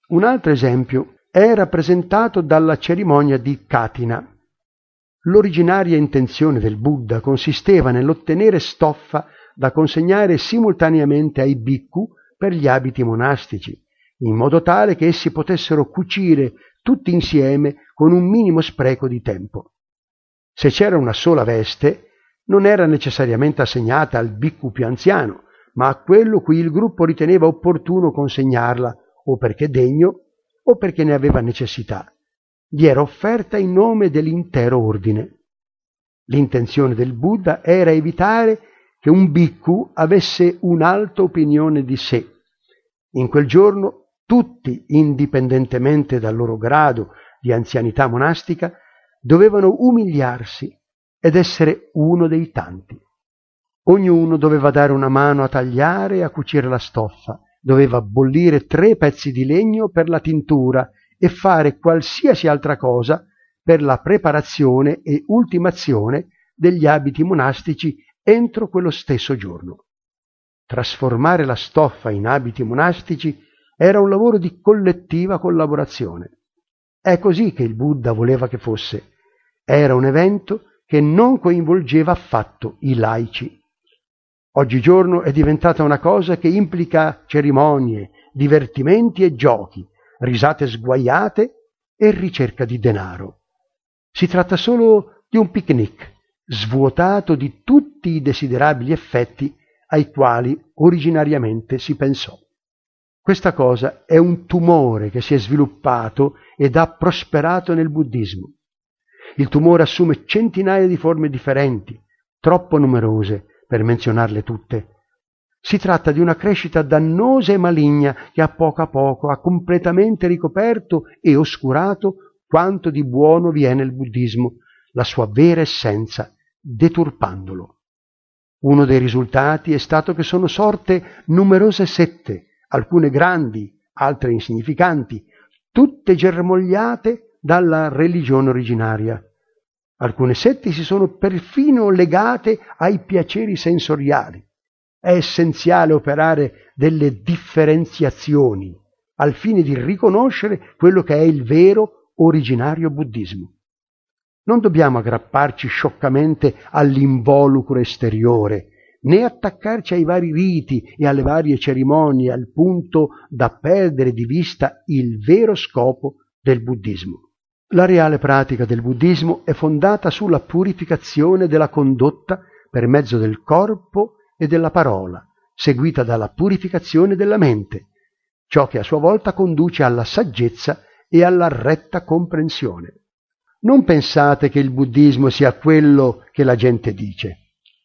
Un altro esempio è rappresentato dalla cerimonia di Katina. L'originaria intenzione del Buddha consisteva nell'ottenere stoffa da consegnare simultaneamente ai bhikkhu per gli abiti monastici, in modo tale che essi potessero cucire tutti insieme con un minimo spreco di tempo. Se c'era una sola veste, non era necessariamente assegnata al bhikkhu più anziano, ma a quello cui il gruppo riteneva opportuno consegnarla, o perché degno, o perché ne aveva necessità. Gli era offerta in nome dell'intero ordine. L'intenzione del Buddha era evitare che un bhikkhu avesse un'alta opinione di sé. In quel giorno tutti, indipendentemente dal loro grado di anzianità monastica, dovevano umiliarsi ed essere uno dei tanti. Ognuno doveva dare una mano a tagliare e a cucire la stoffa, doveva bollire 3 pezzi di legno per la tintura e fare qualsiasi altra cosa per la preparazione e ultimazione degli abiti monastici entro quello stesso giorno. Trasformare la stoffa in abiti monastici era un lavoro di collettiva collaborazione. È così che il Buddha voleva che fosse. Era un evento che non coinvolgeva affatto i laici. Oggigiorno è diventata una cosa che implica cerimonie, divertimenti e giochi, risate sguaiate e ricerca di denaro. Si tratta solo di un picnic, svuotato di tutti i desiderabili effetti ai quali originariamente si pensò. Questa cosa è un tumore che si è sviluppato ed ha prosperato nel buddismo. Il tumore assume centinaia di forme differenti, troppo numerose per menzionarle tutte. Si tratta di una crescita dannosa e maligna che a poco ha completamente ricoperto e oscurato quanto di buono vi è nel buddismo, la sua vera essenza, deturpandolo. Uno dei risultati è stato che sono sorte numerose sette, alcune grandi, altre insignificanti, tutte germogliate dalla religione originaria. Alcune sette si sono perfino legate ai piaceri sensoriali. È essenziale operare delle differenziazioni al fine di riconoscere quello che è il vero originario buddismo. Non dobbiamo aggrapparci scioccamente all'involucro esteriore, né attaccarci ai vari riti e alle varie cerimonie al punto da perdere di vista il vero scopo del buddismo. La reale pratica del buddismo è fondata sulla purificazione della condotta per mezzo del corpo e della parola, seguita dalla purificazione della mente, ciò che a sua volta conduce alla saggezza e alla retta comprensione. Non pensate che il buddismo sia quello che la gente dice.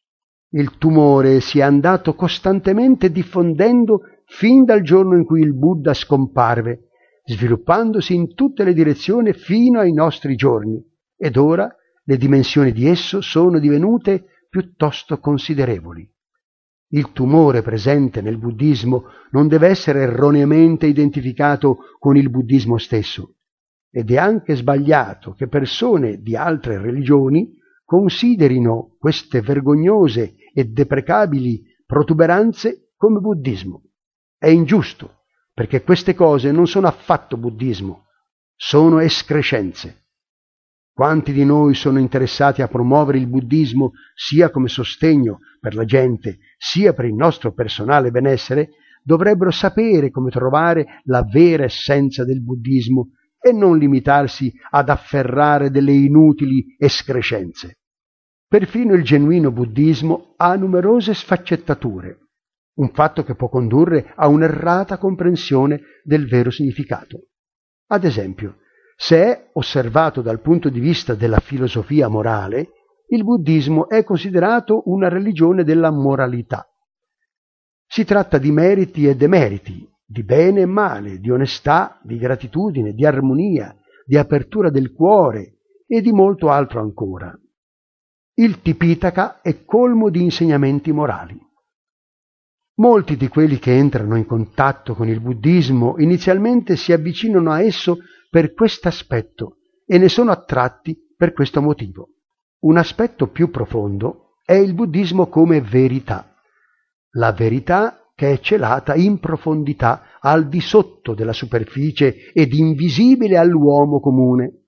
Il tumore si è andato costantemente diffondendo fin dal giorno in cui il Buddha scomparve, sviluppandosi in tutte le direzioni fino ai nostri giorni, ed ora le dimensioni di esso sono divenute piuttosto considerevoli. Il tumore presente nel buddismo non deve essere erroneamente identificato con il buddismo stesso, ed è anche sbagliato che persone di altre religioni considerino queste vergognose e deprecabili protuberanze come buddismo. È ingiusto, perché queste cose non sono affatto buddismo, sono escrescenze. Quanti di noi sono interessati a promuovere il buddismo sia come sostegno per la gente, sia per il nostro personale benessere, dovrebbero sapere come trovare la vera essenza del buddismo e non limitarsi ad afferrare delle inutili escrescenze. Perfino il genuino buddismo ha numerose sfaccettature, un fatto che può condurre a un'errata comprensione del vero significato. Ad esempio, se è osservato dal punto di vista della filosofia morale, il buddismo è considerato una religione della moralità. Si tratta di meriti e demeriti, di bene e male, di onestà, di gratitudine, di armonia, di apertura del cuore e di molto altro ancora. Il Tipitaka è colmo di insegnamenti morali. Molti di quelli che entrano in contatto con il buddismo inizialmente si avvicinano a esso per quest'aspetto e ne sono attratti per questo motivo. Un aspetto più profondo è il buddismo come verità. La verità che è celata in profondità, al di sotto della superficie ed invisibile all'uomo comune.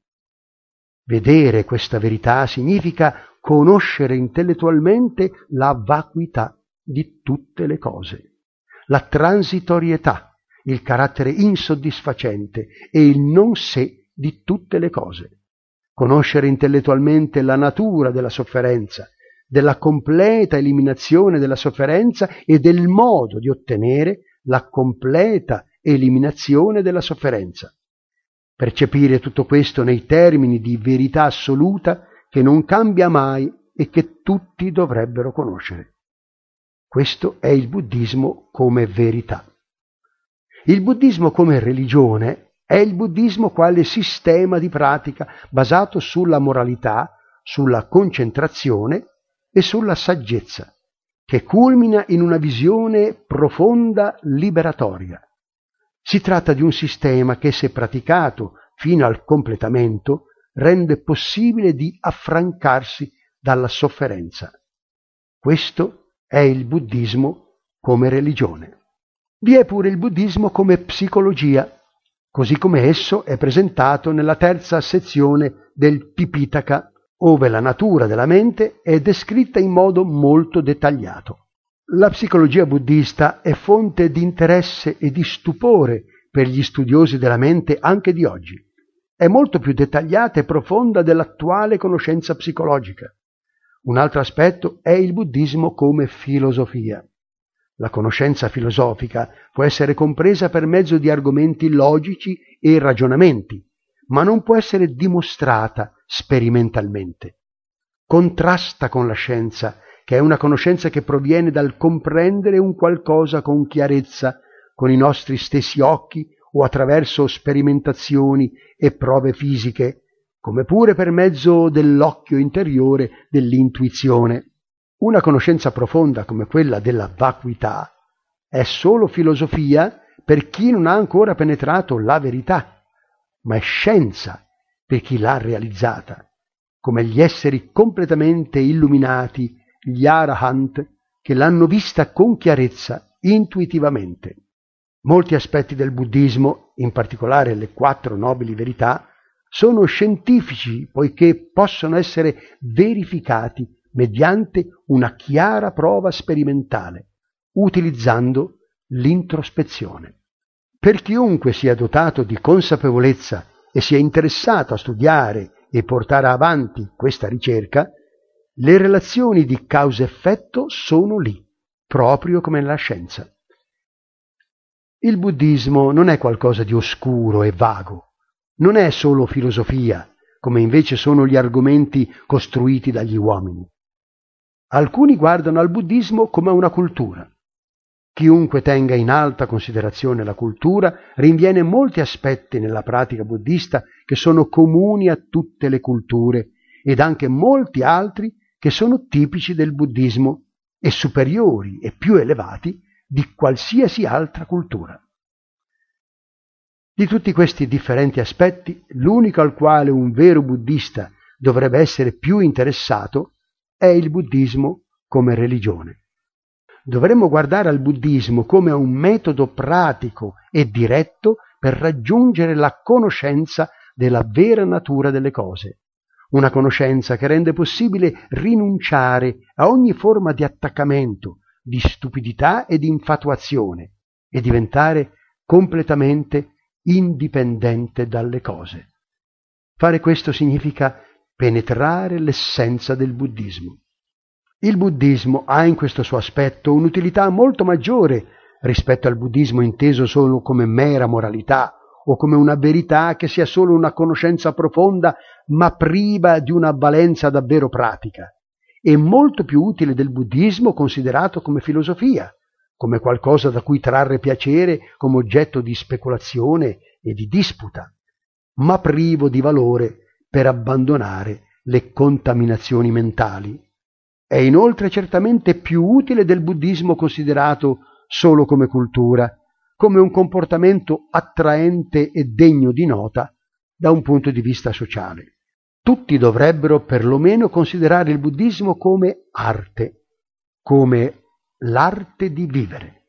Vedere questa verità significa conoscere intellettualmente la vacuità di tutte le cose, la transitorietà, il carattere insoddisfacente e il non sé di tutte le cose. Conoscere intellettualmente la natura della sofferenza, della completa eliminazione della sofferenza e del modo di ottenere la completa eliminazione della sofferenza. Percepire tutto questo nei termini di verità assoluta che non cambia mai e che tutti dovrebbero conoscere. Questo è il buddismo come verità. Il buddismo come religione è il buddismo quale sistema di pratica basato sulla moralità, sulla concentrazione e sulla saggezza, che culmina in una visione profonda liberatoria. Si tratta di un sistema che, se praticato fino al completamento, rende possibile di affrancarsi dalla sofferenza. Questo è il buddismo come religione. Vi è pure il buddismo come psicologia, così come esso è presentato nella terza sezione del Tipitaka, ove la natura della mente è descritta in modo molto dettagliato. La psicologia buddista è fonte di interesse e di stupore per gli studiosi della mente anche di oggi. È molto più dettagliata e profonda dell'attuale conoscenza psicologica. Un altro aspetto è il buddismo come filosofia. La conoscenza filosofica può essere compresa per mezzo di argomenti logici e ragionamenti, ma non può essere dimostrata sperimentalmente. Contrasta con la scienza, che è una conoscenza che proviene dal comprendere un qualcosa con chiarezza, con i nostri stessi occhi o attraverso sperimentazioni e prove fisiche, come pure per mezzo dell'occhio interiore dell'intuizione. Una conoscenza profonda come quella della vacuità è solo filosofia per chi non ha ancora penetrato la verità, ma è scienza per chi l'ha realizzata, come gli esseri completamente illuminati, gli Arahant, che l'hanno vista con chiarezza intuitivamente. Molti aspetti del buddismo, in particolare le 4 nobili verità, sono scientifici poiché possono essere verificati mediante una chiara prova sperimentale, utilizzando l'introspezione. Per chiunque sia dotato di consapevolezza e sia interessato a studiare e portare avanti questa ricerca, le relazioni di causa-effetto sono lì, proprio come nella scienza. Il buddismo non è qualcosa di oscuro e vago, non è solo filosofia, come invece sono gli argomenti costruiti dagli uomini. Alcuni guardano al buddismo come a una cultura. Chiunque tenga in alta considerazione la cultura rinviene molti aspetti nella pratica buddista che sono comuni a tutte le culture ed anche molti altri che sono tipici del buddismo e superiori e più elevati di qualsiasi altra cultura. Di tutti questi differenti aspetti, l'unico al quale un vero buddista dovrebbe essere più interessato è il buddismo come religione. Dovremmo guardare al buddismo come a un metodo pratico e diretto per raggiungere la conoscenza della vera natura delle cose, una conoscenza che rende possibile rinunciare a ogni forma di attaccamento, di stupidità e di infatuazione e diventare completamente indipendente dalle cose. Fare questo significa penetrare l'essenza del buddismo. Il buddismo ha in questo suo aspetto un'utilità molto maggiore rispetto al buddismo inteso solo come mera moralità o come una verità che sia solo una conoscenza profonda ma priva di una valenza davvero pratica. È molto più utile del buddismo considerato come filosofia, come qualcosa da cui trarre piacere come oggetto di speculazione e di disputa, ma privo di valore per abbandonare le contaminazioni mentali. È inoltre certamente più utile del buddismo considerato solo come cultura, come un comportamento attraente e degno di nota da un punto di vista sociale. Tutti dovrebbero perlomeno considerare il buddismo come arte, come l'arte di vivere,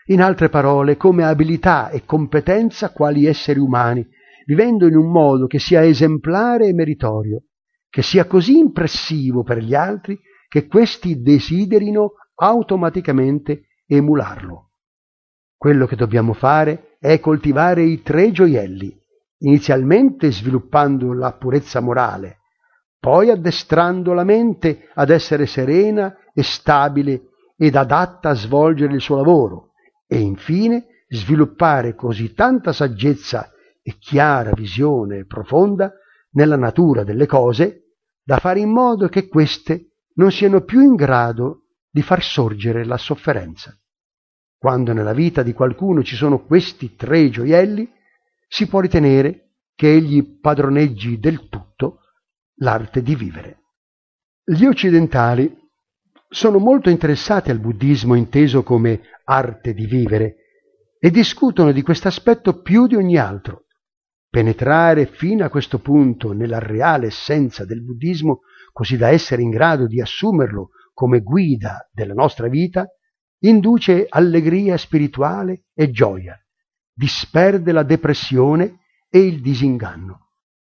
in altre parole, come abilità e competenza quali esseri umani, vivendo in un modo che sia esemplare e meritorio, che sia così impressivo per gli altri che questi desiderino automaticamente emularlo. Quello che dobbiamo fare è coltivare i 3 gioielli, inizialmente sviluppando la purezza morale, poi addestrando la mente ad essere serena e stabile ed adatta a svolgere il suo lavoro, e infine sviluppare così tanta saggezza e chiara visione profonda nella natura delle cose da fare in modo che queste non siano più in grado di far sorgere la sofferenza. Quando nella vita di qualcuno ci sono questi 3 gioielli, si può ritenere che egli padroneggi del tutto l'arte di vivere. Gli occidentali sono molto interessati al buddismo inteso come arte di vivere e discutono di questo aspetto più di ogni altro. Penetrare fino a questo punto nella reale essenza del buddismo, così da essere in grado di assumerlo come guida della nostra vita, induce allegria spirituale e gioia, disperde la depressione e il disinganno.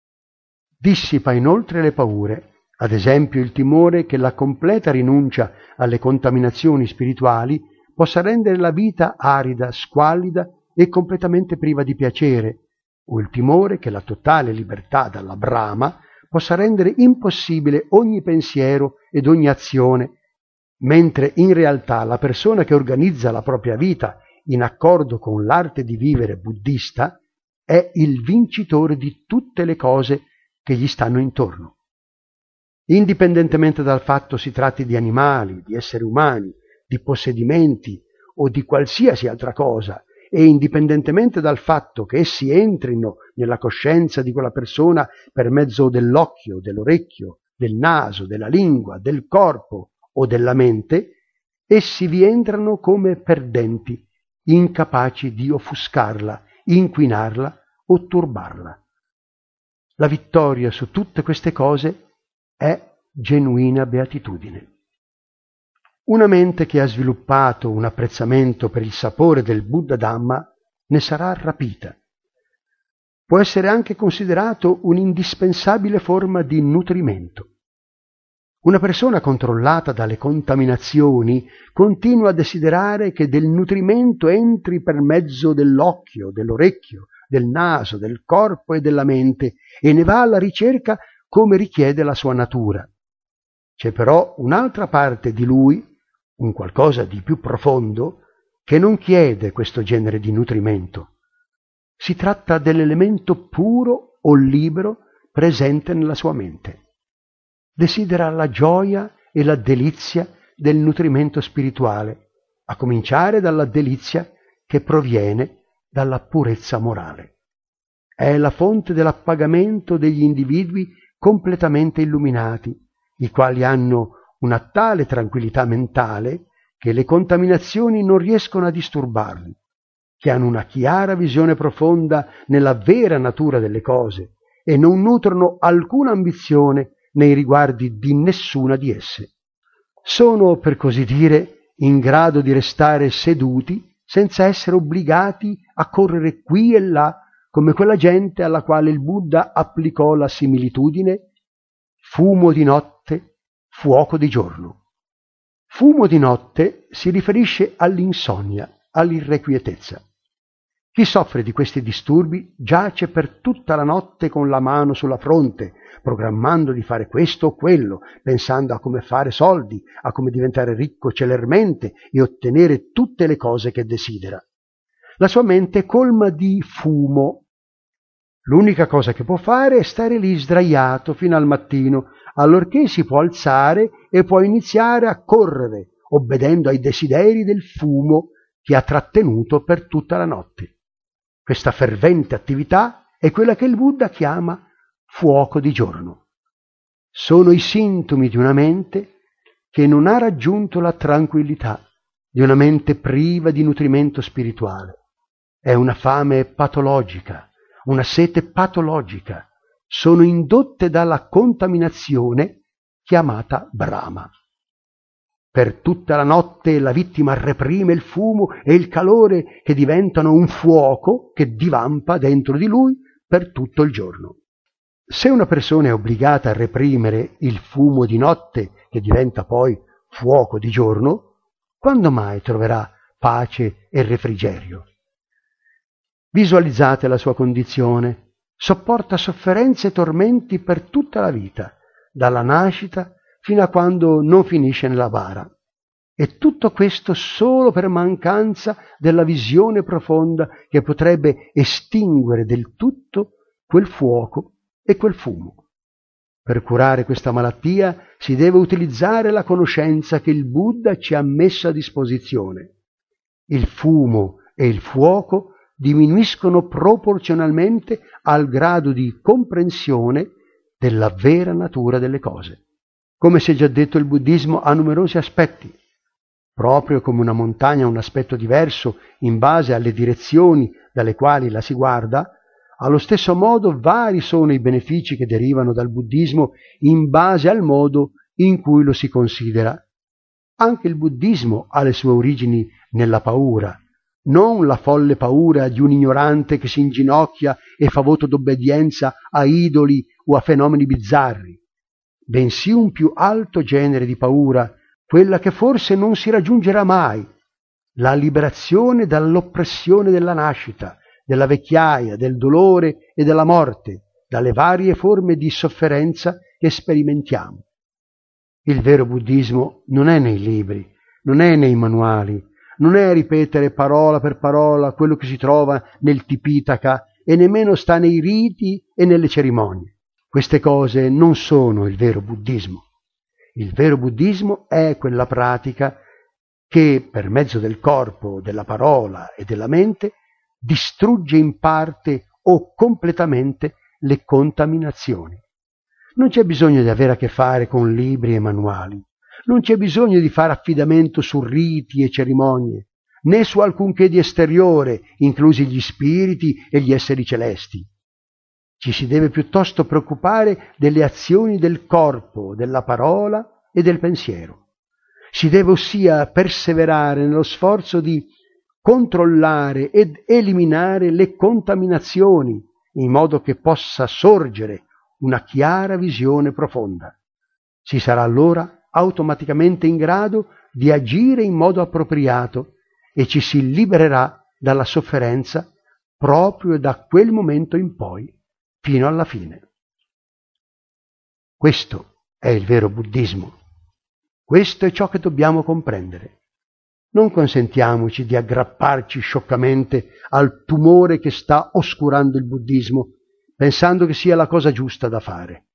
Dissipa inoltre le paure, ad esempio il timore che la completa rinuncia alle contaminazioni spirituali possa rendere la vita arida, squallida e completamente priva di piacere, o il timore che la totale libertà dalla Brahma possa rendere impossibile ogni pensiero ed ogni azione, mentre in realtà la persona che organizza la propria vita in accordo con l'arte di vivere buddista è il vincitore di tutte le cose che gli stanno intorno. Indipendentemente dal fatto si tratti di animali, di esseri umani, di possedimenti o di qualsiasi altra cosa, e indipendentemente dal fatto che essi entrino nella coscienza di quella persona per mezzo dell'occhio, dell'orecchio, del naso, della lingua, del corpo o della mente, essi vi entrano come perdenti, incapaci di offuscarla, inquinarla o turbarla. La vittoria su tutte queste cose è genuina beatitudine. Una mente che ha sviluppato un apprezzamento per il sapore del Buddha Dhamma ne sarà rapita. Può essere anche considerato un'indispensabile forma di nutrimento. Una persona controllata dalle contaminazioni continua a desiderare che del nutrimento entri per mezzo dell'occhio, dell'orecchio, del naso, del corpo e della mente, e ne va alla ricerca come richiede la sua natura. C'è però un'altra parte di lui, un qualcosa di più profondo, che non chiede questo genere di nutrimento. Si tratta dell'elemento puro o libero presente nella sua mente. Desidera la gioia e la delizia del nutrimento spirituale, a cominciare dalla delizia che proviene dalla purezza morale. È la fonte dell'appagamento degli individui completamente illuminati, i quali hanno una tale tranquillità mentale che le contaminazioni non riescono a disturbarli, che hanno una chiara visione profonda nella vera natura delle cose e non nutrono alcuna ambizione nei riguardi di nessuna di esse. Sono, per così dire, in grado di restare seduti senza essere obbligati a correre qui e là come quella gente alla quale il Buddha applicò la similitudine fumo di notte, fuoco di giorno. Fumo di notte si riferisce all'insonnia, all'irrequietezza. Chi soffre di questi disturbi giace per tutta la notte con la mano sulla fronte, programmando di fare questo o quello, pensando a come fare soldi, a come diventare ricco celermente e ottenere tutte le cose che desidera. La sua mente è colma di fumo. L'unica cosa che può fare è stare lì sdraiato fino al mattino, allorché si può alzare e può iniziare a correre, obbedendo ai desideri del fumo che ha trattenuto per tutta la notte. Questa fervente attività è quella che il Buddha chiama fuoco di giorno. Sono i sintomi di una mente che non ha raggiunto la tranquillità, di una mente priva di nutrimento spirituale. È una fame patologica, una sete patologica. Sono indotte dalla contaminazione chiamata Brahma. Per tutta la notte la vittima reprime il fumo e il calore che diventano un fuoco che divampa dentro di lui per tutto il giorno. Se una persona è obbligata a reprimere il fumo di notte che diventa poi fuoco di giorno, quando mai troverà pace e refrigerio? Visualizzate la sua condizione. Sopporta sofferenze e tormenti per tutta la vita, dalla nascita fino a quando non finisce nella bara. E tutto questo solo per mancanza della visione profonda che potrebbe estinguere del tutto quel fuoco e quel fumo. Per curare questa malattia si deve utilizzare la conoscenza che il Buddha ci ha messo a disposizione. Il fumo e il fuoco diminuiscono proporzionalmente al grado di comprensione della vera natura delle cose. Come si è già detto, il buddismo ha numerosi aspetti. Proprio come una montagna ha un aspetto diverso in base alle direzioni dalle quali la si guarda, allo stesso modo vari sono i benefici che derivano dal buddismo in base al modo in cui lo si considera. Anche il buddismo ha le sue origini nella paura, non la folle paura di un ignorante che si inginocchia e fa voto d'obbedienza a idoli o a fenomeni bizzarri, bensì un più alto genere di paura, quella che forse non si raggiungerà mai, la liberazione dall'oppressione della nascita, della vecchiaia, del dolore e della morte, dalle varie forme di sofferenza che sperimentiamo. Il vero buddismo non è nei libri, non è nei manuali, non è ripetere parola per parola quello che si trova nel Tipitaka e nemmeno sta nei riti e nelle cerimonie. Queste cose non sono il vero buddismo. Il vero buddismo è quella pratica che, per mezzo del corpo, della parola e della mente, distrugge in parte o completamente le contaminazioni. Non c'è bisogno di avere a che fare con libri e manuali, non c'è bisogno di fare affidamento su riti e cerimonie, né su alcunché di esteriore, inclusi gli spiriti e gli esseri celesti. Ci si deve piuttosto preoccupare delle azioni del corpo, della parola e del pensiero. Si deve ossia perseverare nello sforzo di controllare ed eliminare le contaminazioni, in modo che possa sorgere una chiara visione profonda. Si sarà allora automaticamente in grado di agire in modo appropriato e ci si libererà dalla sofferenza proprio da quel momento in poi, fino alla fine. Questo è il vero buddismo. Questo è ciò che dobbiamo comprendere. Non consentiamoci di aggrapparci scioccamente al tumore che sta oscurando il buddismo, pensando che sia la cosa giusta da fare.